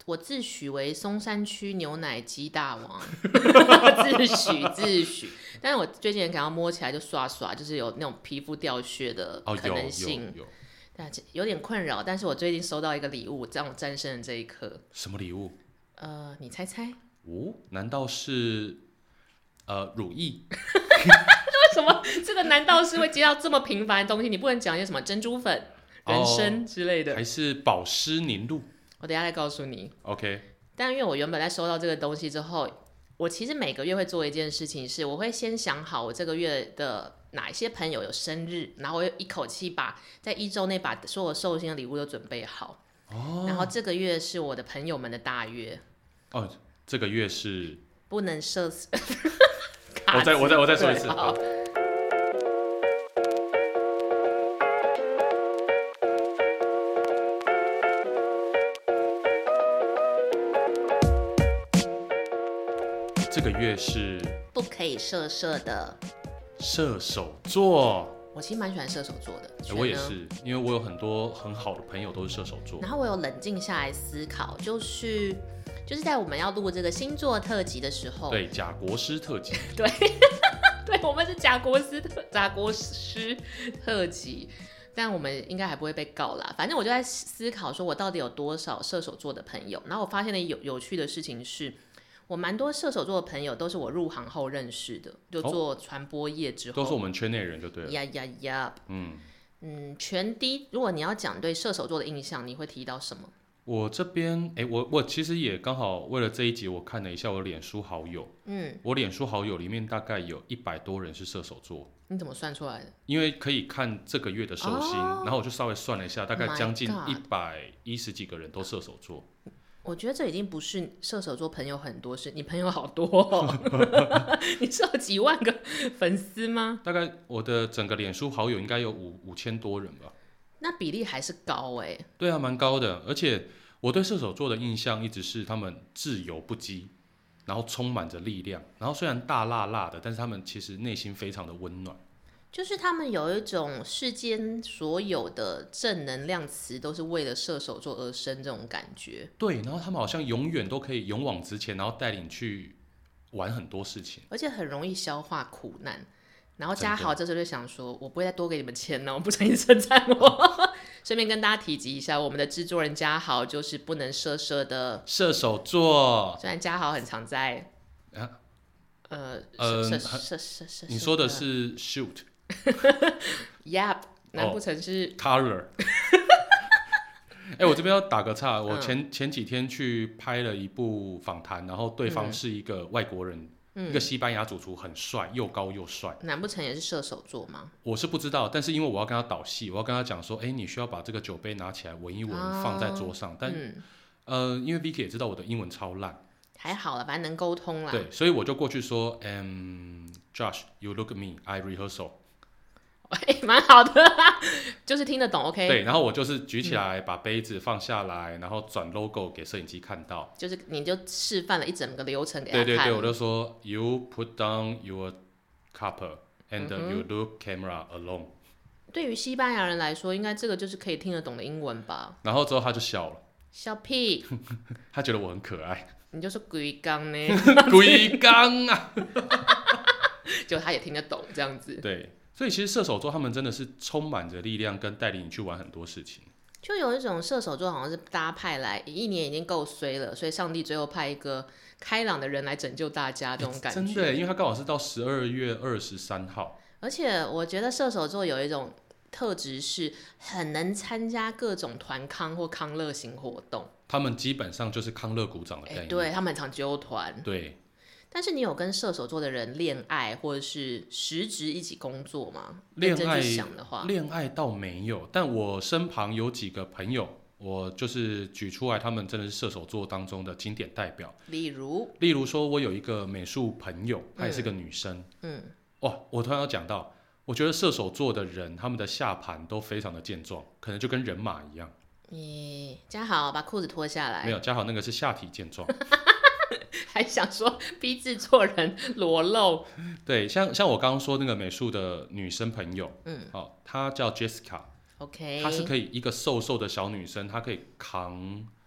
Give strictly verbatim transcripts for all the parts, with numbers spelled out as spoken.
我自诩为松山区牛奶机大王，自诩自诩。但是我最近也感到摸起来就刷刷，就是有那种皮肤掉屑的可能性， 哦、有有有有点困扰。但是我最近收到一个礼物，让我战胜了这一刻。 什么礼物？ 呃，你猜猜？ 哦，难道是呃乳液？ 为什么这个难道是会接到这么平凡的东西？你不能讲一些什么珍珠粉、人参之类的， 哦、还是保湿凝露？ 我等一下再告诉你。 OK。 但因为我原本在收到这个东西之后，我其实每个月会做一件事情是，我会先想好我这个月的哪一些朋友有生日，然后我一口气把在一周内把所有寿星的礼物都准备好。哦。然后这个月是我的朋友们的大月。 哦，这个月是不能射死。 我再我再我再说一次。这个月是不可以射射的射手座。 我其实蛮喜欢射手座的、 欸、我也是，因为我有很多很好的朋友都是射手座。 然后我有冷静下来思考，就是就是在我们要录这个星座特辑的时候， 对，贾国师特辑， 对，对，我们是贾国师特贾国师特辑，但我们应该还不会被告啦。反正我就在思考，说我到底有多少射手座的朋友。然后我发现了有有趣的事情是，我蛮多射手座的朋友都是我入行后认识的，就做传播业之后， 都是我们圈内人就对了。 呀呀呀，嗯嗯，全低。如果你要讲对射手座的印象，你会提到什么？ 我这边，哎，我我其实也刚好为了这一集，我看了一下我脸书好友，嗯，我脸书好友里面大概有一百多人是射手座。 你怎么算出来的？ 因为可以看这个月的寿星，哦、然后我就稍微算了一下，大概将近一百一十几个人都射手座。 我觉得这已经不是射手座朋友很多，是你朋友好多哦。你是有几万个粉丝吗？ 大概我的整个脸书好友应该有五五千多人吧。 那比例还是高哎、欸。 对啊，蛮高的。而且我对射手座的印象一直是他们自由不羁，然后充满着力量，然后虽然大辣辣的，但是他们其实内心非常的温暖。 就是他们有一种世间所有的正能量词都是为了射手座而生这种感觉。 对，然后他们好像永远都可以勇往直前，然后带领去玩很多事情， 而且很容易消化苦难。然后嘉豪这时候就想说，我不会再多给你们钱了，我不诚意称赞我。顺便跟大家提及一下，我们的制作人嘉豪就是不能射射的射手座。 虽然嘉豪很常在，啊、呃呃，射射射射， 你说的是 shoot。Yep， 难不成是 color？ 哎、欸，我这边要打个岔，我前、嗯、前几天去拍了一部访谈，然后对方是一个外国人。嗯、一个西班牙主厨，很帅，又高又帅。 难不成也是射手座吗？ 我是不知道，但是因为我要跟他导戏，我要跟他讲说，哎、欸，你需要把这个酒杯拿起来闻一闻，哦、放在桌上。但、嗯、呃，因为 Vicky 也知道我的英文超烂， 还好了，反正能沟通啦。 对，所以我就过去说，嗯 ，Josh, you look at me, I rehearsal。 哎，蛮好的啦，就是听得懂 ，OK。 对，然后我就是举起来，嗯、把杯子放下来，然后转 logo 给摄影机看到。 就是你就示范了一整个流程给他看。 对对对，我就说 You put down your cup and、嗯、you look camera alone。 对于西班牙人来说，应该这个就是可以听得懂的英文吧？ 然后之后他就笑了。 笑屁！ 他觉得我很可爱。 你就说鬼刚呢？ 鬼刚啊！ 就他也听得懂这样子。 对。所以其实射手座他们真的是充满着力量，跟带领你去玩很多事情。 就有一种射手座好像是大家派来，一年已经够衰了，所以上帝最后派一个开朗的人来拯救大家，这种感觉。 真的，因为他刚好是到十二月二十三号。 而且我觉得射手座有一种特质是很能参加各种团康或康乐型活动。 他们基本上就是康乐股长的概念。欸、 对，他们很常揪团。 对。 但是你有跟射手座的人恋爱，或者是实质一起工作吗？ 恋爱想的话， 恋爱倒没有，但我身旁有几个朋友，我就是举出来，他们真的是射手座当中的经典代表。 例如， 例如说，我有一个美术朋友，她也是个女生。嗯，哇，我突然要讲到，我觉得射手座的人，他们的下盘都非常的健壮，可能就跟人马一样。 咦，嘉豪把裤子脱下来。 没有，嘉豪那个是下体健壮。 还想说逼制作人裸露。 对，像像我刚刚说那个美术的女生朋友，嗯，哦，她叫 Jessica，OK， 她是可以一个瘦瘦的小女生，她可以扛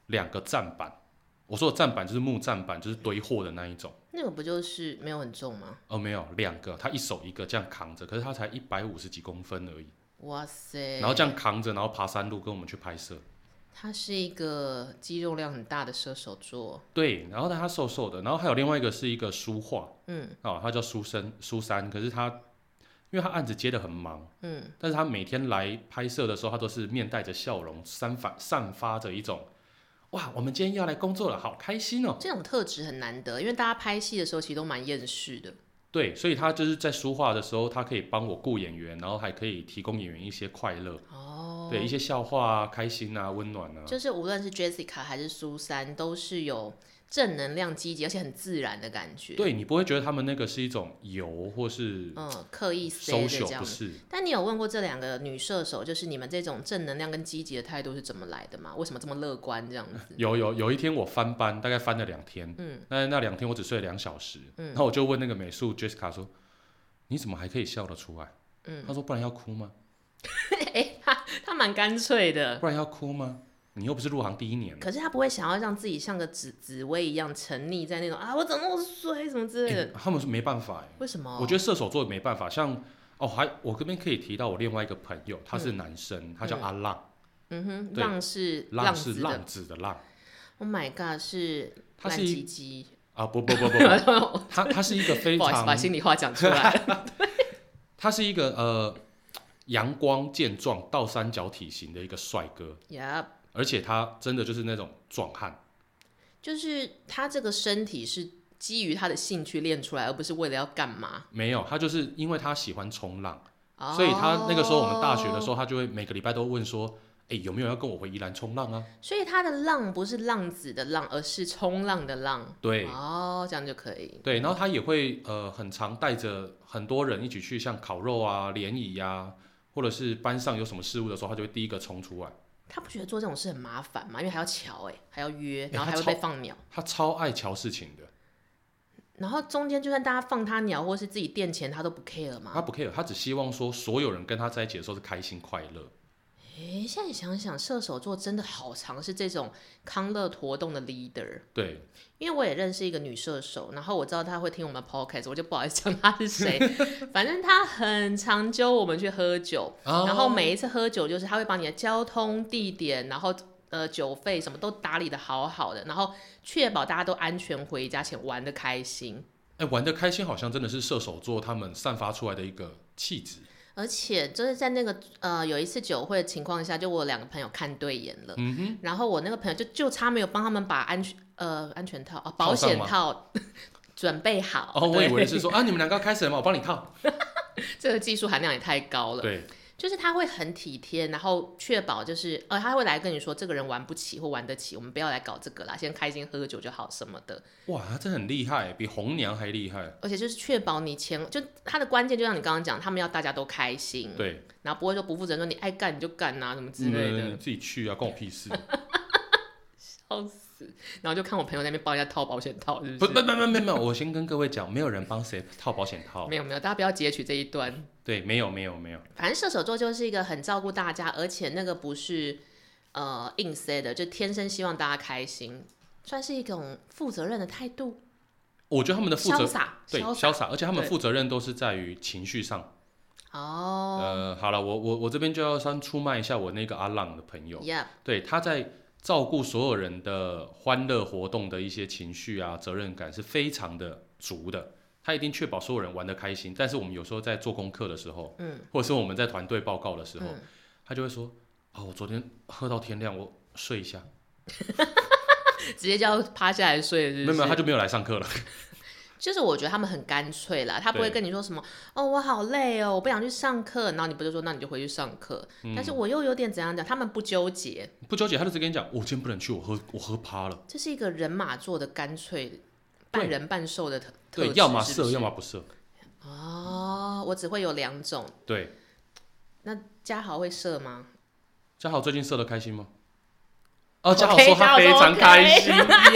两个站板。我说的站板就是木站板，就是堆货的那一种。 那个不就是没有很重吗？ 哦，没有，两个，他一手一个这样扛着，可是他才一百五十几公分而已。 哇塞！ 然后这样扛着，然后爬山路跟我们去拍摄。 他是一个肌肉量很大的射手座。 对，然后他瘦瘦的，然后还有另外一个是一个书画， 嗯， 哦，他叫书生书山，可是他因为他案子接得很忙，嗯，但是他每天来拍摄的时候，他都是面带着笑容，散发散发着一种。哇，我们今天要来工作了，好开心哦！ 这种特质很难得，因为大家拍戏的时候其实都蛮厌世的。 对，所以他就是在书画的时候，他可以帮我顾演员，然后还可以提供演员一些快乐。哦，对，一些笑话啊、开心啊、温暖啊。 就是无论是 Jessica 还是苏珊，都是有正能量、积极，而且很自然的感觉。 对，你不会觉得他们那个是一种油或是嗯刻意 say 的这样。 不是。 但你有问过这两个女射手，就是你们这种正能量跟积极的态度是怎么来的吗？为什么这么乐观这样子？ 有有有一天我翻班，大概翻了两天，嗯，那那两天我只睡了两小时，嗯，然后我就问那个美术 Jessica 说：“你怎么还可以笑得出来？”嗯，他说：“不然要哭吗？” 哎、欸，他他蛮干脆的。 不然要哭吗？你又不是入行第一年。 可是他不会想要让自己像个紫紫薇一样沉溺在那种啊，我怎么那么衰什么之类的。 欸、他们是没办法哎。 为什么？ 我觉得射手座没办法。像哦，还我这边可以提到我另外一个朋友，他是男生，嗯、他叫阿浪。 嗯哼，浪是浪是浪子的浪。 Oh my god， 是烂鸡鸡啊！不不不不，他他是一个非常不好意思把心里话讲出来。 他是一个呃阳光健壮、倒三角体型的一个帅哥。 Yep。 而且他真的就是那种壮汉， 就是他这个身体是基于他的兴趣练出来，而不是为了要干嘛。 没有，他就是因为他喜欢冲浪，哦、所以他那个时候我们大学的时候，他就会每个礼拜都问说：“哎、欸，有没有要跟我回宜兰冲浪啊？” 所以他的浪不是浪子的浪，而是冲浪的浪。 对， 哦，这样就可以。 对，然后他也会呃很常带着很多人一起去，像烤肉啊、联谊啊，或者是班上有什么事务的时候，他就会第一个冲出来。 他不觉得做这种事很麻烦吗？因为还要瞧哎、欸，还要约，然后还会被放鸟。 他超爱瞧事情的。 然后中间就算大家放他鸟，或是自己垫钱，他都不 care 吗？ 他不 care， 他只希望说所有人跟他在一起的时候是开心快乐。 哎，现在想想，射手座真的好常是这种康乐活动的 leader。 对， 因为我也认识一个女射手，然后我知道她会听我们的 podcast， 我就不好意思讲她是谁。反正她很常揪我们去喝酒，哦、然后每一次喝酒就是她会把你的交通地点，然后呃酒费什么都打理的好好的，然后确保大家都安全回家且玩得开心。 哎，玩得开心好像真的是射手座他们散发出来的一个气质。 而且就是在那个呃有一次酒会的情况下，就我有两个朋友看对眼了，嗯哼，然后我那个朋友就就差没有帮他们把安全呃安全套、哦、保险套准备好。 哦，我以为是说啊你们两个要开始了吗？我帮你套。 这个技术含量也太高了。 对。 就是他会很体贴，然后确保就是呃他会来跟你说这个人玩不起或玩得起，我们不要来搞这个啦，先开心喝酒就好什么的。 哇，他真的很厉害，比红娘还厉害。 而且就是确保你前就他的关键就像你刚刚讲，他们要大家都开心， 对， 然后不会说不负责任说你爱干你就干啊什么之类的， 嗯、自己去啊，关我屁事。 笑死！然后就看我朋友在那边帮人家套保险套，是不是？ 不不不不没有，我先跟各位讲，没有人帮谁套保险套。 没有没有，大家不要截取这一段。 对，没有没有没有。 反正射手座就是一个很照顾大家，而且那个不是呃硬塞的，就天生希望大家开心，算是一种负责任的态度。 我觉得他们的负责潇洒， 对潇洒，而且他们负责任都是在于情绪上。 哦。 呃，好了，我我我这边就要先出卖一下我那个阿浪的朋友。 Yep. 对，他在照顾所有人的欢乐活动的一些情绪啊、责任感是非常的足的。他一定确保所有人玩得开心，但是我们有时候在做功课的时候，嗯，或者是我们在团队报告的时候，嗯、他就会说：“哦，我昨天喝到天亮，我睡一下。” 直接就要趴下来睡了是不是？ 没有没有，他就没有来上课了。 就是我觉得他们很干脆啦，他不会跟你说什么哦，我好累哦，我不想去上课，然后你不就说那你就回去上课、嗯，但是我又有点怎样讲，他们不纠结， 不纠结，他就直接跟你讲，我今天不能去，我喝我喝趴了。 这是一个人马座的干脆，半人半兽的特特质， 对，要么射，要么不射。 哦，我只会有两种。 对， 那嘉豪会射吗？ 嘉豪最近射得开心吗？哦，嘉豪说他非常开心。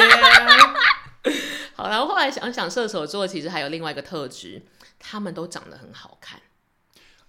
好，然后后来想想，射手座其实还有另外一个特质，他们都长得很好看。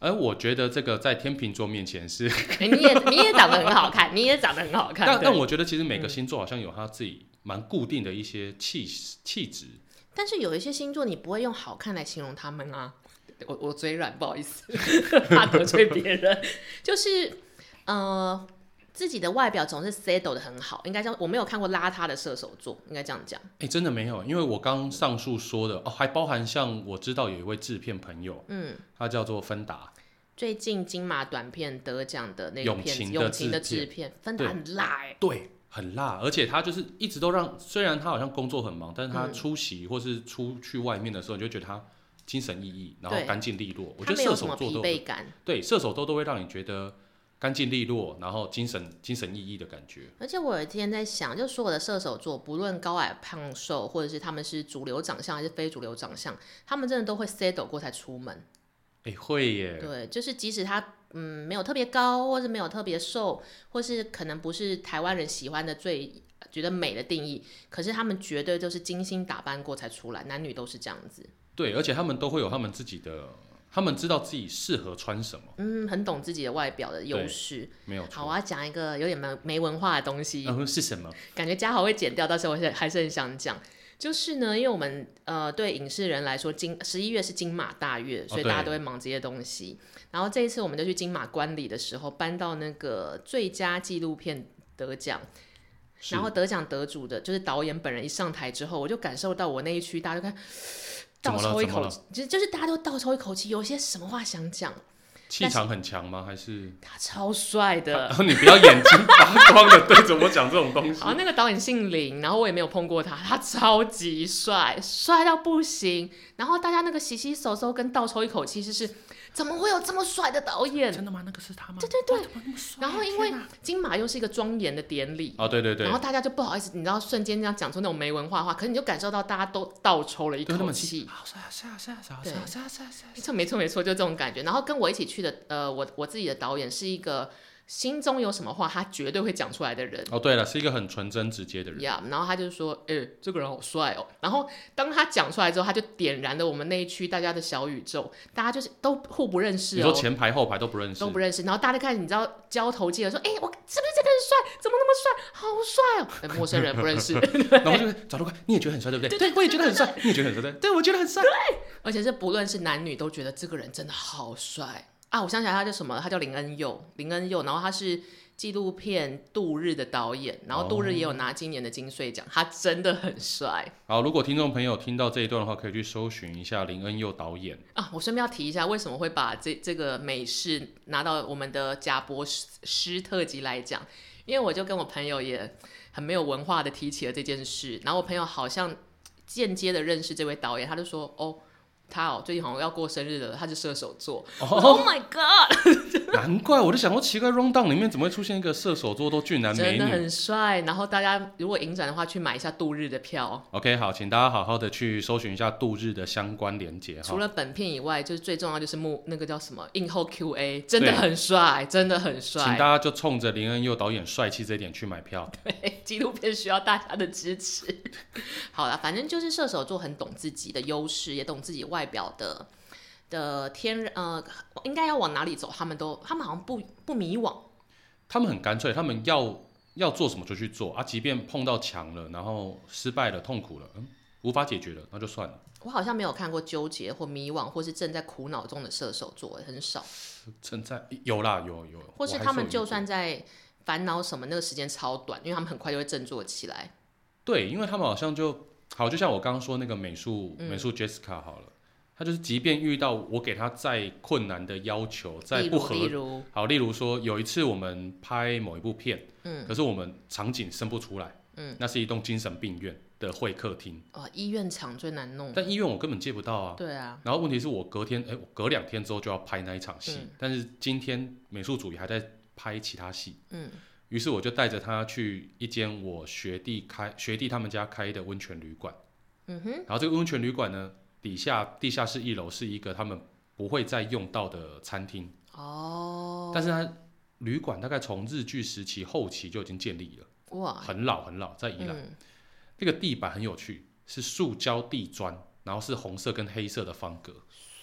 而我觉得这个在天秤座面前是欸、你也你也长得很好看，你也长得很好看。 但但我觉得其实每个星座好像有他自己蛮固定的一些气气质。 但是有一些星座你不会用好看来形容他们啊。我我嘴软，不好意思，怕得罪别人。就是呃，自己的外表总是 settle 的很好，应该这样。我没有看过邋遢的射手座，应该这样讲。 哎、欸，真的没有，因为我刚上述说的哦，还包含像我知道有一位制片朋友，嗯，他叫做芬达。 最近金马短片得奖的那个片子《 永永情》的制片，芬达很辣哎、欸， 对，很辣，而且他就是一直都让，虽然他好像工作很忙，但是他出席或是出去外面的时候，你就觉得他精神奕奕，然后干净利落。我觉得射手座都疲惫感， 对，射手座都会让你觉得干净利落，然后精神精神奕奕的感觉。 而且我有一天在想，就所有的射手座，不论高矮胖瘦，或者是他们是主流长相还是非主流长相，他们真的都会 settle 过才出门。 哎、欸，会耶。 对，就是即使他嗯没有特别高，或是没有特别瘦，或是可能不是台湾人喜欢的最觉得美的定义，可是他们绝对都是精心打扮过才出来，男女都是这样子。 对，而且他们都会有他们自己的，他们知道自己适合穿什么， 嗯，很懂自己的外表的优势。 没有错。 好，我要讲一个有点没没文化的东西。 嗯，是什么？ 感觉嘉豪会剪掉，但是我还是很想讲。就是呢，因为我们呃对影视人来说，金十一月是金马大月，所以大家都会忙这些东西。哦、然后这一次我们就去金马观礼的时候，搬到那个最佳纪录片得奖，然后得奖得主的就是导演本人一上台之后，我就感受到我那一区大家就看倒抽一口气，就就是大家都倒抽一口气，有些什么话想讲。 气场很强吗？还是他超帅的？ 你不要眼睛发光的对着我讲这种东西。 好，那个导演姓林，然后我也没有碰过他，他超级帅，帅到不行。然后大家那个洗洗手手跟倒抽一口气，就是怎么会有这么帅的导演？ 真的吗？那个是他吗？ 对对对。然后因为金马又是一个庄严的典礼， 哦对对对。 然后大家就不好意思，你知道瞬间这样讲出那种没文化的话，可是你就感受到大家都倒抽了一口气。 好帅啊帅啊帅啊帅啊帅啊帅啊！ 没错没错没错，就这种感觉。然后跟我一起去的，呃，我我自己的导演是一个心中有什么话他绝对会讲出来的人。 哦，对了，是一个很纯真直接的人。 呀、yeah, 然后他就说：“哎、欸，这个人好帅哦。”然后当他讲出来之后，他就点燃了我们那一区大家的小宇宙，大家就是都互不认识哦。 你说前排后排都不认识， 都不认识。然后大家开始你知道交头接耳说：“哎、欸，我是不是真的很帅？怎么那么帅？好帅哦！”欸、陌生人不认识， 然后就找到快，你也觉得很帅对不对？对，我也觉得很帅，你也觉得很帅对？对，我觉得很帅。 对，而且是不论是男女都觉得这个人真的好帅。啊，我想起来他叫什么？他叫林恩佑，林恩佑，然后他是纪录片《度日》的导演，然后《度日》也有拿今年的金穗奖，他真的很帅。 好，如果听众朋友听到这一段的话，可以去搜寻一下林恩佑导演啊。我顺便要提一下，为什么会把这这个美式拿到我们的贾博士特辑来讲？因为我就跟我朋友也很没有文化的提起了这件事，然后我朋友好像间接的认识这位导演，他就说：“哦。”他哦，最近好像要过生日了，他是射手座。Oh, oh my god！ 难怪我就想说，奇怪 ，Round Down 里面怎么会出现一个射手座都俊男美女？ 真的很帅。然后大家如果影展的话，去买一下度日的票。 OK， 好，请大家好好的去搜寻一下度日的相关连结。 除了本片以外，就是最重要就是幕那个叫什么映后 Q A， 真的很帅，真的很帅。 请大家就冲着林恩佑导演帅气这一点去买票。 对，纪录片需要大家的支持。好啦，反正就是射手座很懂自己的优势，也懂自己外表的的天呃，应该要往哪里走，他们都他们好像不不迷惘， 他们很干脆，他们要要做什么就去做啊，即便碰到墙了，然后失败了、痛苦了，嗯，无法解决了，那就算了。 我好像没有看过纠结或迷惘，或是正在苦恼中的射手座，很少。 正在有啦，有有， 或是他们就算在烦恼什么，那个时间超短，因为他们很快就会振作起来。 对，因为他们好像就好，就像我刚刚说那个美术、嗯、美术 Jessica 好了，他就是即便遇到我给他再困难的要求，再不合， 例如好，例如说有一次我们拍某一部片，嗯，可是我们场景生不出来，嗯，那是一栋精神病院的会客厅， 哦，医院场最难弄， 但医院我根本接不到啊， 对啊， 然后问题是我隔天，哎，我隔两天之后就要拍那一场戏，嗯，但是今天美术组也还在拍其他戏，嗯。于是我就带着他去一间我学弟开学弟他们家开的温泉旅馆，嗯哼，然后这个温泉旅馆呢，底下地下室一楼是一个他们不会再用到的餐厅，哦，但是他旅馆大概从日据时期后期就已经建立了，哇，很老很老，在宜兰，嗯，这个地板很有趣，是塑胶地砖，然后是红色跟黑色的方格，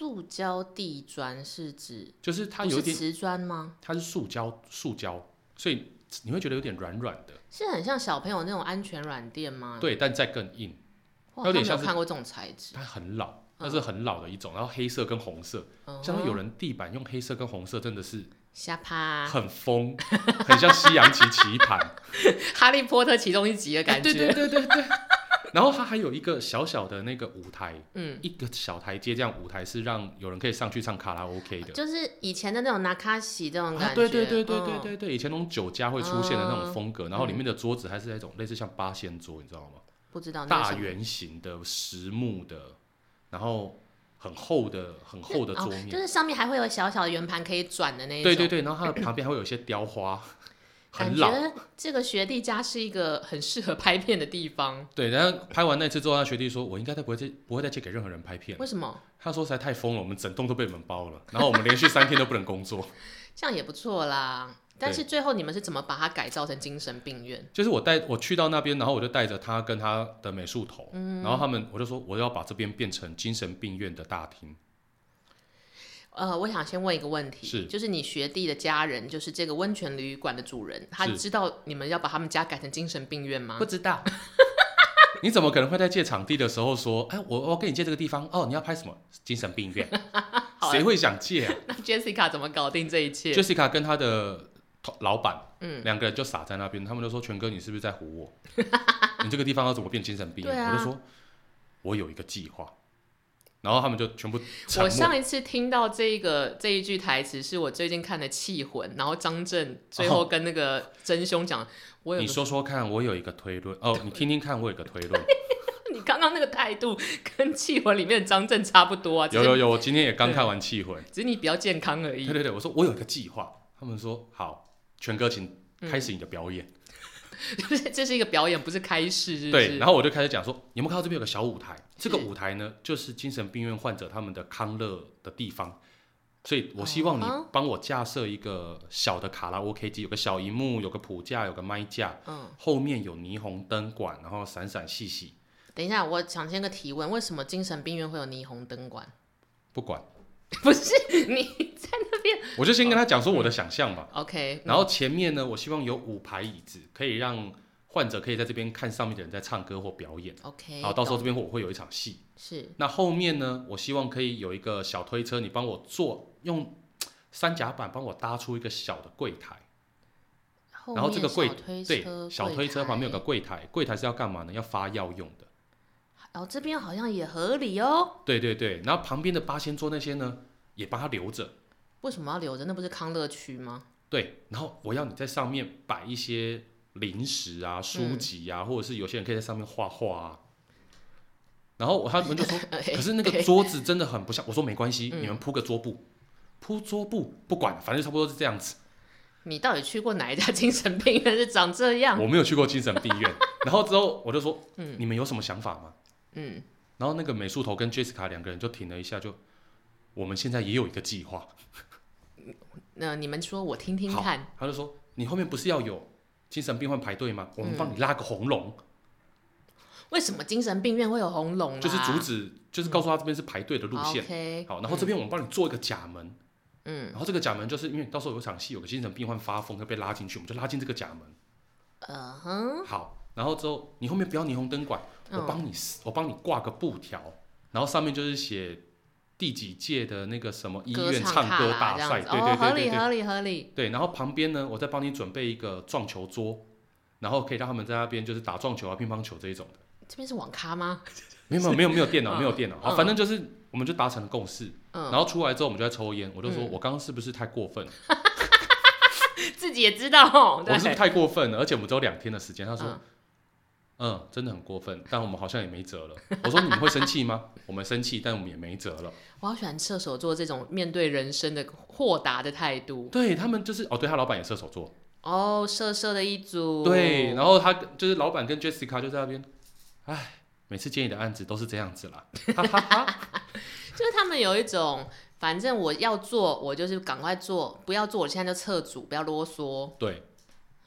塑胶地砖是指就是它有点不是瓷砖吗？ 它是塑胶，塑胶，所以你会觉得有点软软的， 是很像小朋友那种安全软垫吗？ 对，但再更硬， 哇， 有点像是他没有看过这种材质， 它很老，那是很老的一种，然后黑色跟红色， 嗯、 像有人地板用黑色跟红色，真的是瞎趴， 很疯，很像西洋棋棋盘， 哈利波特其中一集的感觉。 欸、对对对对对。然后它还有一个小小的那个舞台， 嗯， 一个小台阶，这样舞台是让有人可以上去唱卡拉 OK 的， 就是以前的那种纳卡西这种感觉。 啊、对对对对对对对，以前那种酒家会出现的那种风格， 嗯、 然后里面的桌子还是那种类似像八仙桌，你知道吗？ 不知道。 大圆形的实木的，然后很厚的很厚的桌面、 哦，就是上面还会有小小的圆盘可以转的那一种。 对对对，然后它的旁边还会有一些雕花。很老， 感觉这个学弟家是一个很适合拍片的地方。 对，然后拍完那次之后，他学弟说：“我应该再不会再不会再借给任何人拍片。” 为什么？ 他说实在太疯了，我们整栋都被你们包了，然后我们连续三天都不能工作。 这样也不错啦。但是最后你们是怎么把它改造成精神病院？ 就是我带我去到那边，然后我就带着他跟他的美术头，嗯、然后他们我就说我要把这边变成精神病院的大厅。 呃，我想先问一个问题， 是就是你学弟的家人，就是这个温泉旅馆的主人，他知道你们要把他们家改成精神病院吗？ 不知道。你怎么可能会在借场地的时候说，哎，我我要跟你借这个地方，哦，你要拍什么精神病院？谁会想借啊？ 那 Jessica 怎么搞定这一切 ？Jessica 跟他的老板， 嗯， 两个人就傻在那边，他们就说：“全哥，你是不是在唬我？你这个地方要怎么变精神病院？”啊、我就说：“我有一个计划。”然后他们就全部沉默。 我上一次听到这个这一句台词，是我最近看的《气魂》，然后张震最后跟那个真凶讲：“我有你说说看，我有一个推论哦，你听听看，我有一个推论。” 你刚刚那个态度跟《气魂》里面的张震差不多啊。 有有有，我今天也刚看完《气魂》， 只是你比较健康而已。 对对对，我说我有一个计划，他们说好，全哥请开始你的表演。 嗯、这是一个表演，不是开示，是不是？ 对，然后我就开始讲说，有没有看到这边有个小舞台？这个舞台呢，就是精神病院患者他们的康乐的地方，所以我希望你帮我架设一个小的卡拉 OK 机，有个小萤幕，有个谱架，有个麦架，嗯，后面有霓虹灯管，然后闪闪细细。 等一下，我想先个提问，为什么精神病院会有霓虹灯管？ 不管， 不是你在那边， 我就先跟他讲说我的想象嘛。 嗯、OK，、嗯、 然后前面呢，我希望有五排椅子，可以让患者可以在这边看上面的人在唱歌或表演。 OK， 然后到时候这边我会有一场戏。 是。 那后面呢，我希望可以有一个小推车，你帮我做用三甲板帮我搭出一个小的柜台。然后这个柜对小推车旁边有个柜台，柜台是要干嘛呢？要发药用的。 哦，这边好像也合理哦。 对对对，然后旁边的八仙桌那些呢，也把它留着。 为什么要留着？那不是康乐区吗？ 对，然后我要你在上面摆一些零食啊、书籍啊，嗯、或者是有些人可以在上面画画啊。然后他们就说，可是那个桌子真的很不像。我说没关系，嗯、你们铺个桌布，铺桌布不管，反正差不多是这样子。 你到底去过哪一家精神病院是长这样？ 我没有去过精神病院。然后之后我就说，嗯、你们有什么想法吗？嗯，然后那个美术头跟 Jessica 两个人就停了一下，就我们现在也有一个计划。 那你们说我听听看。 他就说你后面不是要有精神病患排队吗？我们帮你拉个红龙。嗯、 为什么精神病院会有红龙、啊？ 就是阻止，就是告诉他这边是排队的路线。 嗯、okay, 好，然后这边我们帮你做一个假门。嗯，然后这个假门就是因为到时候有场戏，有个精神病患发疯会被拉进去，我们就拉进这个假门。嗯哼。好。然后之后，你后面不要霓虹灯管，嗯、我帮你，我帮你挂个布条，然后上面就是写第几届的那个什么医院唱歌大赛，对对对对对， 合理合理合理。 对，然后旁边呢，我再帮你准备一个撞球桌，然后可以让他们在那边就是打撞球啊、乒乓球这一种的。 这边是网咖吗？ 没有没有没有电脑，没有电脑，好，反正就是我们就达成了共识，嗯、然后出来之后我们就在抽烟，我就说、嗯、我刚刚是不是太过分了？ 自己也知道哦， 我是不是太过分了？而且我们只有两天的时间，他说。嗯嗯，真的很过分，但我们好像也没辙了。我说你们会生气吗？我们生气，但我们也没辙了。 我好喜欢射手座这种面对人生的豁达的态度。 对他们就是哦，对他老板也射手座。 哦，射射的一组。 对，然后他就是老板跟 Jessica 就在那边，哎，每次接你的案子都是这样子啦，哈哈哈。 就是他们有一种，反正我要做，我就是赶快做，不要做，我现在就撤组，不要啰嗦。 对。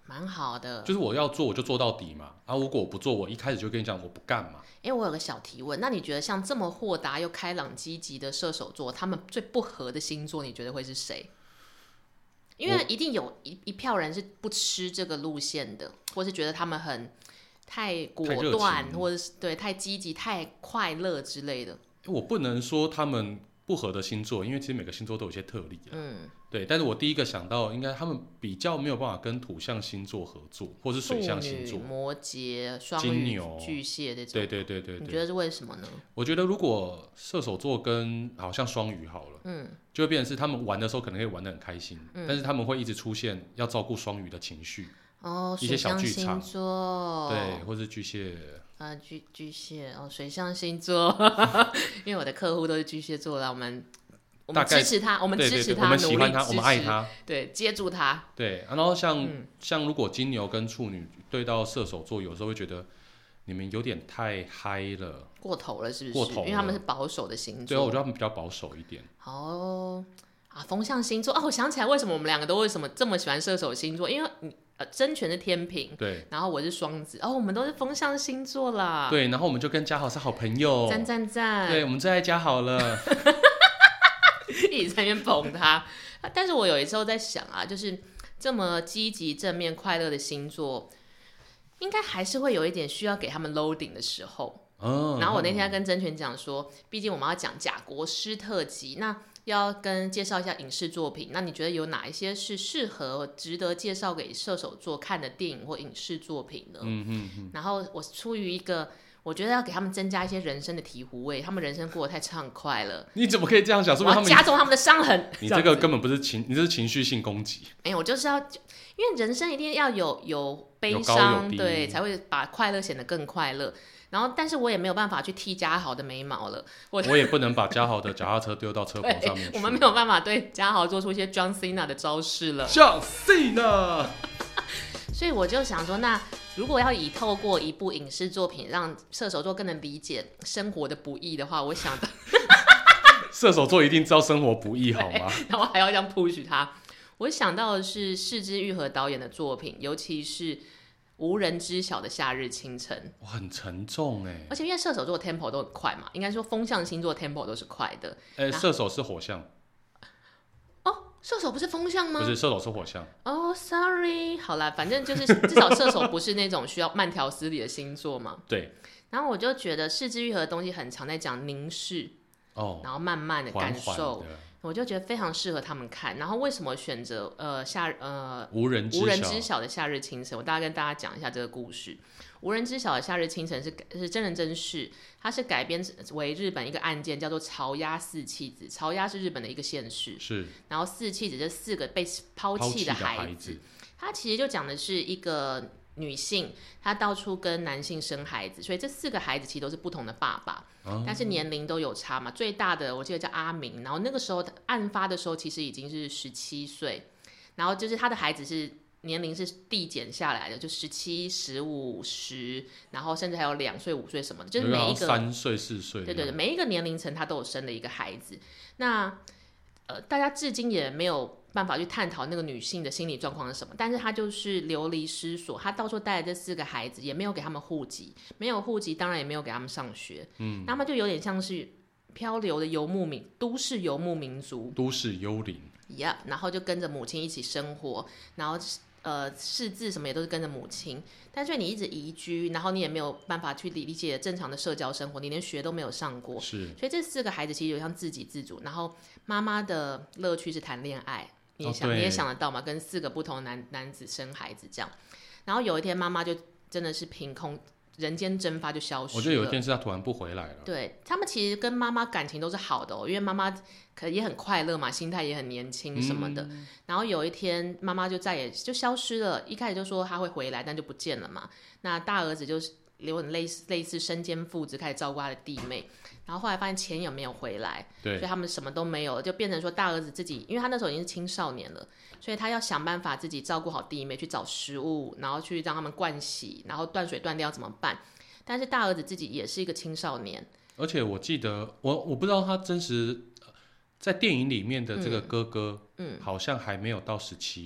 蛮好的。 就是我要做我就做到底嘛，啊，如果我不做，我一开始就跟你讲我不干嘛。 哎、欸，我有个小提问，那你觉得像这么豁达又开朗积极的射手座，他们最不合的星座，你觉得会是谁？因为一定有 一, 一票人是不吃这个路线的，或是觉得他们很太果断，或者是对太积极、太快乐之类的。 我不能说他们不合的星座，因为其实每个星座都有一些特例、啊、嗯，对。但是我第一个想到，应该他们比较没有办法跟土象星座合作，或是水象星座， 摩羯、双鱼、 金牛、 巨蟹这种。 对对对 对, 对。 你觉得是为什么呢？ 我觉得如果射手座跟好像双鱼好了，嗯，就会变成是他们玩的时候可能可以玩得很开心、嗯，但是他们会一直出现要照顾双鱼的情绪。哦，一些小剧场，对，或是巨蟹， 呃，巨巨蟹哦，水象星座，因为我的客户都是巨蟹座啦，我们我们支持他，我们支持他， 我们喜欢他，我们爱他， 对，接住他， 对，然后像、嗯、像如果金牛跟处女对到射手座，有时候会觉得你们有点太嗨了， 过头了，是不是？ 过头了， 因为他们是保守的星座， 对，我觉得他们比较保守一点。 哦。啊，风象星座哦，我想起来为什么我们两个都为什么这么喜欢射手星座，因为你呃真权是天秤，对，然后我是双子，哦，我们都是风象星座啦， 对，然后我们就跟嘉豪是好朋友， 赞赞赞， 对，我们最爱嘉豪了， 一直在那边捧他，但是我有一时候在想啊，就是这么积极正面快乐的星座，应该还是会有一点需要给他们 loading 的时候。哦、然后我那天跟真权讲说，毕竟我们要讲贾国师特辑，那要跟介绍一下影视作品，那你觉得有哪一些是适合值得介绍给射手座看的电影或影视作品呢？嗯嗯嗯。然后我出于一个，我觉得要给他们增加一些人生的醍醐味，他们人生过得太畅快了。 你怎么可以这样想？说明他们我要加重他们的伤痕。 你这个根本不是情，你这是情绪性攻击。 没有，我就是要，因为人生一定要有有悲伤，对，才会把快乐显得更快乐。然后，但是我也没有办法去剃嘉豪的眉毛了。我, 我也不能把嘉豪的脚踏车丢到车棚上面去。 我们没有办法对嘉豪做出一些 John Cena 的招式了。 John Cena。 所以我就想说，那如果要以透过一部影视作品让射手座更能理解生活的不易的话，我想的射手座一定知道生活不易，好吗？ 然后还要这样 push 他。我想到的是是枝裕和导演的作品，尤其是无人知晓的夏日清晨， 哇，很沉重哎。 而且因为射手座的 tempo 都很快嘛，应该说风象星座的 tempo 都是快的。 哎、欸，射手是火象。 哦，射手不是风象吗？ 不是，射手是火象。 哦、oh, ，sorry， 好啦，反正就是至少射手不是那种需要慢条斯理的星座嘛。 对。然后我就觉得是枝裕和的东西很常在讲凝视，哦，然后慢慢的感受。缓缓我就觉得非常适合他们看，然后为什么选择呃夏呃无人知晓无人知晓的夏日清晨？我大概跟大家讲一下这个故事。无人知晓的夏日清晨是是真人真事，它是改编为日本一个案件，叫做巢鸭四妻子。巢鸭是日本的一个县市，是。然后四妻子这四个被抛弃的孩子，孩子它其实就讲的是一个女性，她到处跟男性生孩子，所以这四个孩子其实都是不同的爸爸。但是年龄都有差嘛，最大的我记得叫阿明，然后那个时候案发的时候其实已经是十七岁，然后就是他的孩子是年龄是递减下来的，就十七、十五、十，然后甚至还有两岁、五岁什么的，就是每一个三岁、四岁， 对对对，每一个年龄层他都有生了一个孩子。那呃，大家至今也没有办法去探讨那个女性的心理状况是什么，但是她就是流离失所，她到处带着这四个孩子，也没有给他们户籍，没有户籍，当然也没有给他们上学，嗯，那么就有点像是漂流的游牧民，都市游牧民族， 都市幽灵， yep, 然后就跟着母亲一起生活，然后呃识字什么也都是跟着母亲，但是你一直移居，然后你也没有办法去理解正常的社交生活，你连学都没有上过，是，所以这四个孩子其实有像自给自足，然后妈妈的乐趣是谈恋爱。你也想、哦、你也想得到嘛？跟四个不同的 男, 男子生孩子这样，然后有一天妈妈就真的是凭空人间蒸发就消失了。 我觉得有一天是她突然不回来了。 对，他们其实跟妈妈感情都是好的哦，因为妈妈可能也很快乐嘛，心态也很年轻什么的、嗯。然后有一天妈妈就再也就消失了，一开始就说她会回来，但就不见了嘛。那大儿子就是有点类似类似身兼父职，开始照顾他的弟妹。然后后来发现钱也没有回来，对，所以他们什么都没有，就变成说大儿子自己，因为他那时候已经是青少年了，所以他要想办法自己照顾好弟妹，去找食物，然后去让他们盥洗，然后断水断电要怎么办？但是大儿子自己也是一个青少年， 而且我记得我我不知道他真实在电影里面的这个哥哥，嗯，好像还没有到十七哦。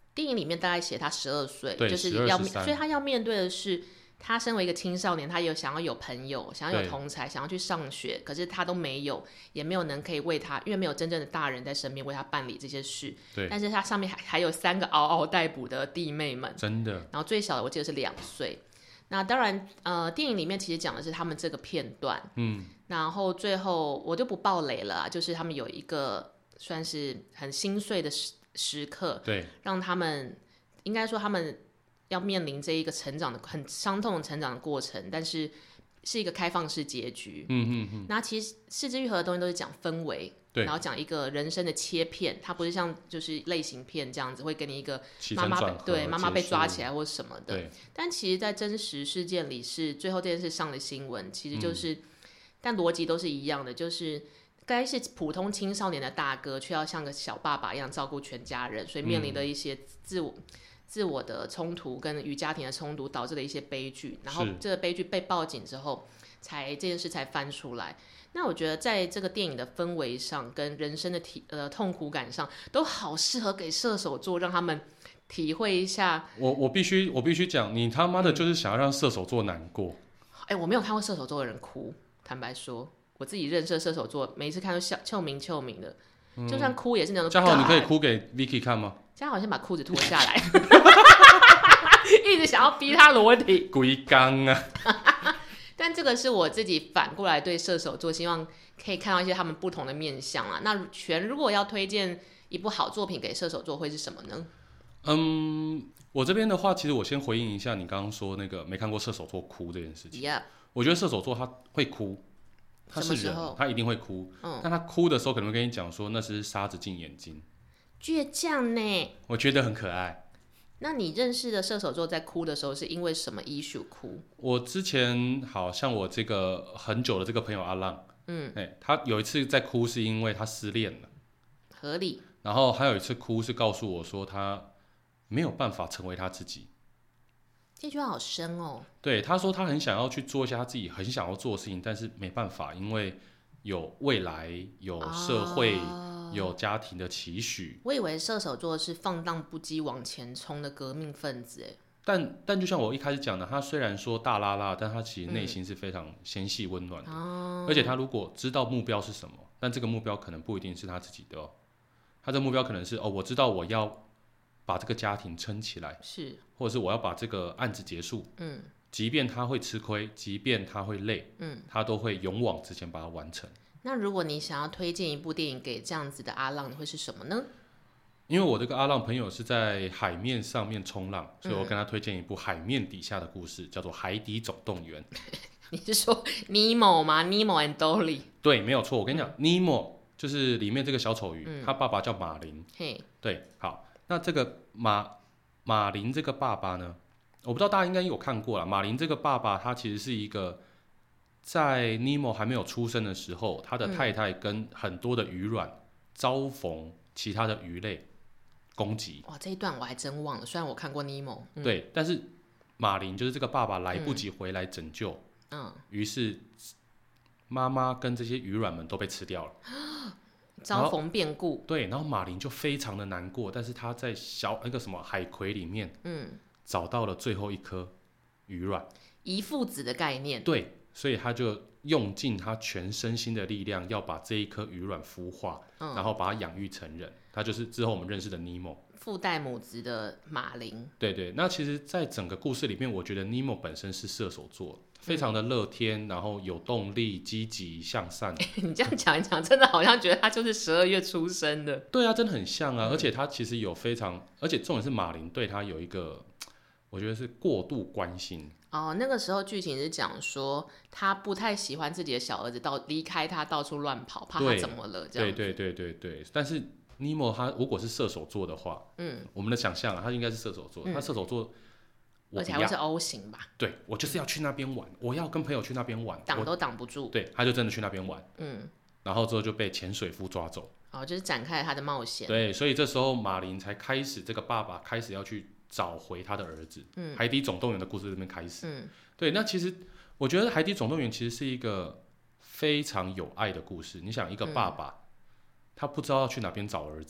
电影里面大概写他十二岁， 对， 就是要， 十二、 所以他要面对的是，他身为一个青少年，他有想要有朋友，想要有同才，想要去上学，可是他都没有，也没有人可以为他，因为没有真正的大人在身边为他办理这些事。 对， 但是他上面还还有三个嗷嗷待哺的弟妹们， 真的。 然后最小的我记得是两岁。那当然，呃，电影里面其实讲的是他们这个片段，嗯，然后最后我就不爆雷了，就是他们有一个算是很心碎的时时刻， 对， 让他们应该说他们要面临这一个成长的很伤痛的成长的过程，但是是一个开放式结局。嗯嗯嗯。那其实四肢愈合的东西都是讲氛围，然后讲一个人生的切片，它不是像就是类型片这样子会给你一个妈妈对妈妈被抓起来或什么的。但其实，在真实事件里是最后这件事上的新闻，其实就是，嗯、但逻辑都是一样的，就是该是普通青少年的大哥，却要像个小爸爸一样照顾全家人，所以面临的一些自我。嗯自我的冲突跟与家庭的冲突导致的一些悲剧，然后这个悲剧被报警之后，才这件事才翻出来。那我觉得在这个电影的氛围上，跟人生的体呃痛苦感上，都好适合给射手座，让他们体会一下。 我我必须我必须讲，你他妈的就是想要让射手座难过。 哎、嗯欸，我没有看过射手座的人哭，坦白说，我自己认识的射手座，每一次看都笑臭名臭名的。嗯、就算哭也是那种。 嘉豪，你可以哭给 Vicky 看吗？ 嘉豪先把裤子脱下来，一直想要逼他裸体， 鬼刚啊！ 但这个是我自己反过来对射手座，希望可以看到一些他们不同的面向啊。那全如果要推荐一部好作品给射手座，会是什么呢？ 嗯，我这边的话，其实我先回应一下你刚刚说那个没看过射手座哭这件事情。 Yeah. 我觉得射手座他会哭，他是人，他一定会哭。嗯，但他哭的时候可能会跟你讲说那是沙子进眼睛。 倔强呢， 我觉得很可爱。 那你认识的射手座在哭的时候是因为什么 issue 哭？ 我之前好像我这个很久的这个朋友阿浪，嗯，欸、他有一次在哭是因为他失恋了， 合理。 然后还有一次哭是告诉我说他没有办法成为他自己。 这句话好深哦。 对，他说他很想要去做一些他自己很想要做的事情，但是没办法，因为有未来，有社会。哦有家庭的期许。 我以为射手座是放荡不羁往前冲的革命分子耶。 但但就像我一开始讲的，他虽然说大拉拉，但他其实内心是非常纤细温暖的、嗯、而且他如果知道目标是什么，但这个目标可能不一定是他自己的哦，他的目标可能是哦，我知道我要把这个家庭撑起来， 是， 或者是我要把这个案子结束，嗯，即便他会吃亏，即便他会累，嗯，他都会勇往直前把它完成。 那如果你想要推荐一部电影给这样子的阿浪，会是什么呢？ 因为我这个阿浪朋友是在海面上面冲浪，所以我跟他推荐一部海面底下的故事，嗯、叫做《海底总动员》。 你是说尼莫吗？尼莫 and Dory？ 对，没有错。我跟你讲，尼莫就是里面这个小丑鱼，嗯、他爸爸叫马林。 嘿， 对，好，那这个马马林这个爸爸呢，我不知道大家应该有看过啦。马林这个爸爸，他其实是一个。在尼莫还没有出生的时候，他的太太跟很多的鱼卵遭逢其他的鱼类攻击。 哇，这一段我还真忘了，虽然我看过尼莫、嗯。 对，但是马林就是这个爸爸来不及回来拯救，嗯，于是妈妈跟这些鱼卵们都被吃掉了， 遭逢变故。 对，然后马林就非常的难过，但是他在小那个什么海葵里面，嗯，找到了最后一颗鱼卵， 遗腹子的概念。 对。所以他就用尽他全身心的力量，要把这一颗鱼卵孵化、嗯，然后把它养育成人。他就是之后我们认识的尼莫， 父代母职的马林。 对对，那其实，在整个故事里面，我觉得尼莫本身是射手座，非常的乐天，然后有动力、积极向善。 你这样讲一讲，真的好像觉得他就是十二月出生的。 对啊，真的很像啊！嗯、而且他其实有非常，而且重点是马林对他有一个，我觉得是过度关心。 哦，那个时候剧情是讲说，他不太喜欢自己的小儿子到离开他到处乱跑，怕他怎么了这样。 对对对对对。但是尼莫他如果是射手座的话，嗯，我们的想象啊，他应该是射手座。嗯、他射手座， 而且还会是 O 型吧？ 对，我就是要去那边玩，我要跟朋友去那边玩， 挡都挡不住。 对，他就真的去那边玩。嗯。然后之后就被潜水夫抓走。 哦，就是展开了他的冒险。 对，所以这时候马林才开始，这个爸爸开始要去。找回他的儿子，嗯，海底总动员的故事这边开始，嗯，对，那其实我觉得海底总动员其实是一个非常有爱的故事。你想，一个爸爸，嗯、他不知道要去哪边找儿子，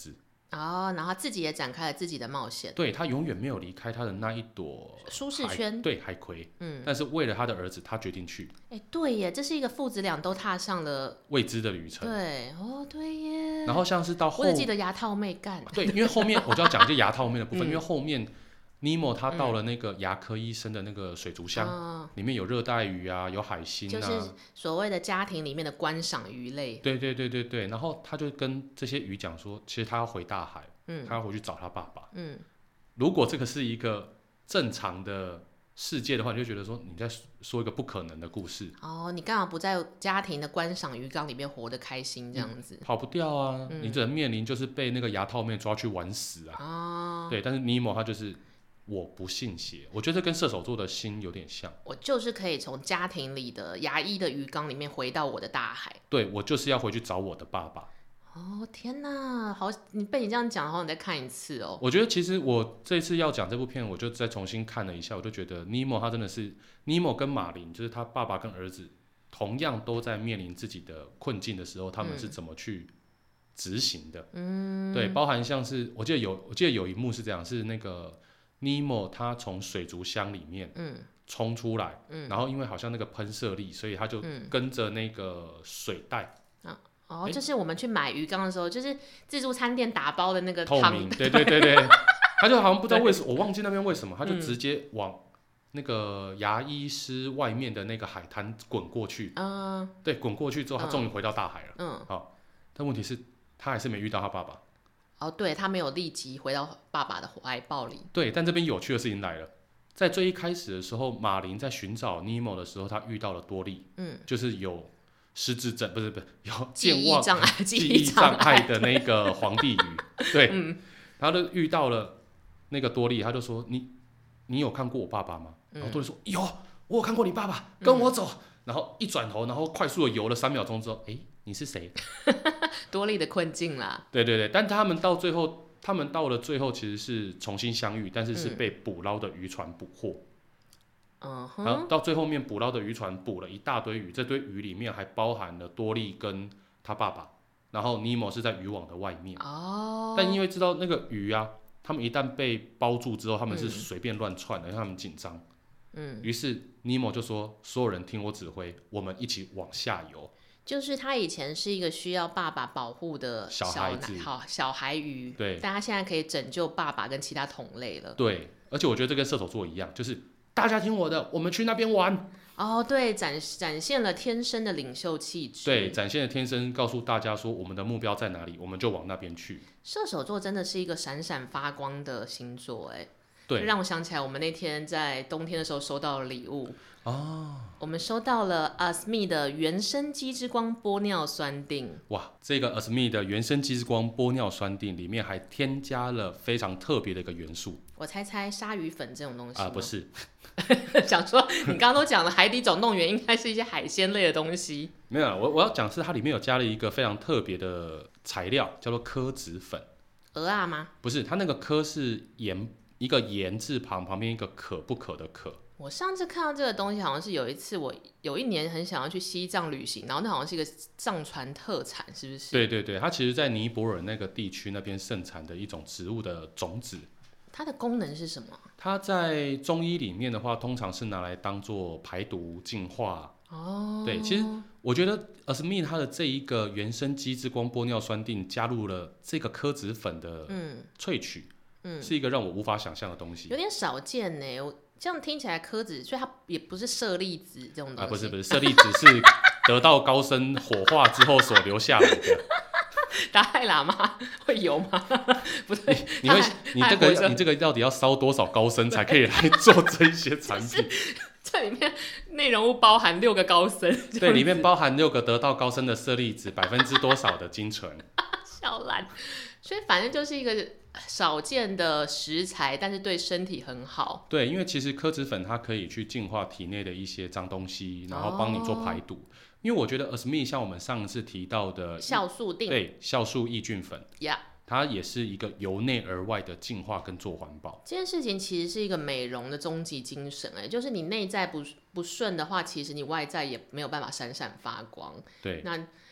哦，然后自己也展开了自己的冒险。 对，他永远没有离开他的那一朵舒适圈， 对，海葵。嗯，但是为了他的儿子，他决定去。 哎，对耶，这是一个父子俩都踏上了未知的旅程。 对，哦，对耶。 然后像是到后， 我只记得牙套妹干。 对，因为后面我就要讲一些牙套妹的部分，嗯、因为后面尼莫他到了那个牙科医生的那个水族箱，嗯、里面有热带鱼啊，有海星啊， 就是所谓的家庭里面的观赏鱼类。 对对对对对，然后他就跟这些鱼讲说，其实他要回大海，嗯、他要回去找他爸爸。嗯，如果这个是一个正常的世界的话，你就觉得说你在说一个不可能的故事。 哦，你干嘛不在家庭的观赏鱼缸里面活得开心这样子？ 嗯、跑不掉啊，嗯、你只能面临就是被那个牙套妹抓去玩死啊。哦，对，但是尼莫他就是我不信邪，我觉得这跟射手座的心有点像。 我就是可以从家庭里的牙医的鱼缸里面回到我的大海。 对，我就是要回去找我的爸爸。 哦天哪，好，你被你这样讲的话，你再看一次哦。 我觉得其实我这次要讲这部片，我就再重新看了一下，我就觉得尼莫他真的是尼莫跟马林，就是他爸爸跟儿子，同样都在面临自己的困境的时候，他们是怎么去执行的？嗯，对，包含像是我记得有，我记得有一幕是这样，是那个尼莫他从水族箱里面冲出来，嗯、然后因为好像那个喷射力，所以他就跟着那个水袋。 嗯哦，就是我们去买鱼缸的时候，就是自助餐店打包的那个透明，对对对对，他就好像不知道为什么，我忘记那边为什么，他就直接往那个牙医师外面的那个海滩滚过去。嗯，对，滚过去之后，他终于回到大海了。嗯，好，但问题是，他还是没遇到他爸爸。 哦，对，他没有立即回到爸爸的怀抱里。 对，但这边有趣的事情来了，在最一开始的时候，马林在寻找尼莫的时候，他遇到了多利，嗯，就是有失智症，不是不是有健忘障碍、 记忆障碍的那个皇帝鱼，对，嗯，他就遇到了那个多利，他就说你你有看过我爸爸吗？然后多利说有，我有看过你爸爸，跟我走。嗯、然后一转头，然后快速的游了三秒钟之后，哎，你是谁？ 多利的困境啦。 对对对，但他们到最后，他们到了最后其实是重新相遇，但是是被捕捞的渔船捕获。嗯，然后到最后面捕捞的渔船捕了一大堆鱼，这堆鱼里面还包含了多利跟他爸爸，然后尼莫是在渔网的外面。哦。但因为知道那个鱼啊，他们一旦被包住之后，他们是随便乱窜的，因为他们紧张。嗯。于是尼莫就说：“所有人听我指挥，我们一起往下游。” 就是他以前是一个需要爸爸保护的小孩子， 好小孩鱼。 对。 但他现在可以拯救爸爸跟其他同类了。 对，而且我觉得这跟射手座一样，就是。大家听我的，我们去那边玩。 哦，对，展展现了天生的领袖气质。 对，展现了天生，告诉大家说我们的目标在哪里，我们就往那边去。 射手座真的是一个闪闪发光的星座，哎， 对， 让我想起来我们那天在冬天的时候收到了礼物。哦，我们收到了 Asmi 的原生鸡之光玻尿酸锭。 哇，这个 Asmi 的原生鸡之光玻尿酸锭里面还添加了非常特别的一个元素。 我猜猜鲨鱼粉这种东西啊、呃，不是。 想说你刚刚都讲了，海底总动员应该是一些海鲜类的东西。 没有，我我要讲是它里面有加了一个非常特别的材料，叫做柯子粉。 鹅啊吗？ 不是，它那个柯是言一个言字旁，旁边一个可不可的可。 我上次看到这个东西，好像是有一次我有一年很想要去西藏旅行，然后那好像是一个藏传特产，是不是？ 对对对，它其实在尼泊尔那个地区那边盛产的一种植物的种子。 它的功能是什么？ 它在中医里面的话，通常是拿来当做排毒净化。哦，对，其实我觉得 Asmi 它的这一个原生鸡之光玻尿酸锭加入了这个柯子粉的萃取，嗯，是一个让我无法想象的东西， 有点少见呢。我这样听起来柯子，所以它也不是舍利子这种东西啊， 不是不是，舍利子是得道高僧火化之后所留下来的。 达赖喇嘛会有吗？不对， 你, 你会你这个你这个到底要烧多少高僧才可以来做这一些产品？ 这里面内容物包含六个高僧， 对，里面包含六个得道高僧的舍利子，百分之多少的精纯？ 笑烂，所以反正就是一个少见的食材，但是对身体很好。 对，因为其实柯子粉它可以去净化体内的一些脏东西，然后帮你做排毒。哦，因为我觉得 Asmi 像我们上次提到的酵素锭， 对，酵素抑菌粉， yeah， 它也是一个由内而外的净化跟做环保。 这件事情其实是一个美容的终极精神，哎，就是你内在不不顺的话，其实你外在也没有办法闪闪发光。 对， 那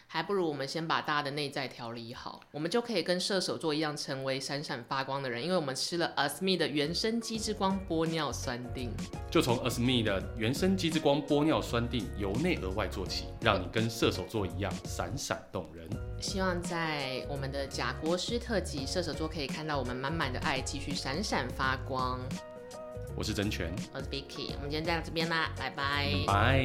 还不如我们先把大家的内在调理好，我们就可以跟射手座一样成为闪闪发光的人，因为我们吃了 A S M E 的原生鸡之光玻尿酸锭。 就从 A S M E 的原生鸡之光玻尿酸锭由内而外做起，让你跟射手座一样闪闪动人。 希望在我们的假国师特辑，射手座可以看到我们满满的爱，继续闪闪发光。 我是真权， 我是 Vicky， 我们今天就到这边啦，拜拜。 拜。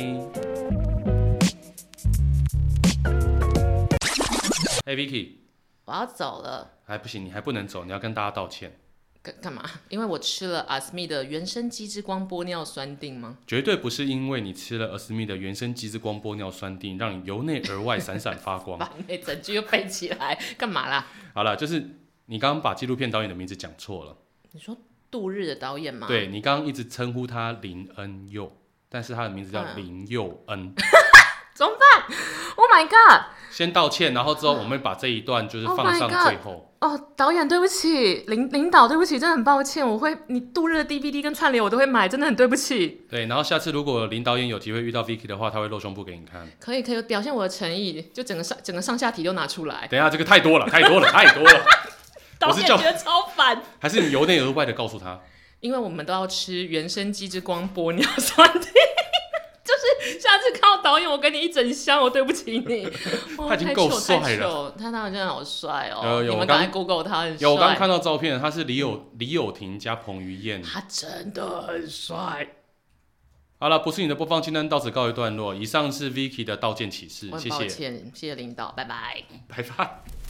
哎、hey、，Vicky， 我要走了。 还不行，你还不能走，你要跟大家道歉。 干干嘛？因为我吃了 A S M E 的原生鸡之光玻尿酸锭吗？ 绝对不是因为你吃了 A S M E 的原生鸡之光玻尿酸锭，让你由内而外闪闪发光。 把那整句又背起来，干嘛啦？ 好了，就是你刚刚把纪录片导演的名字讲错了。 你说度日的导演吗？ 对，你刚刚一直称呼他林恩佑，但是他的名字叫林佑恩。 怎么办 ？Oh my god！ 先道歉，然后之后我们把这一段就是放上最后。 哦， oh 导演对不起，领领导对不起，真的很抱歉，我会你度日的 D V D 跟串联我都会买，真的很对不起。 对，然后下次如果林导演有机会遇到 Vicky 的话，他会露胸部给你看。 可以可以，表现我的诚意，就整个上整个上下体都拿出来。 等一下，这个太多了，太多了，太多了。 导演觉得超烦。 还是你由内而外的告诉他， 因为我们都要吃原生鸡之光玻尿酸锭。就是下次看到导演，我给你一整箱，我对不起你。 他已经够帅了， 他当然真的好帅哦。 有有， 你们赶快 Google 他很帅。 有，我刚看到照片，他是李友李友廷加彭于晏， 他真的很帅。 好了，不是你的播放清单到此告一段落。以上是 Vicky 的道歉启事，谢谢。 抱歉，谢谢领导，拜拜， 拜拜。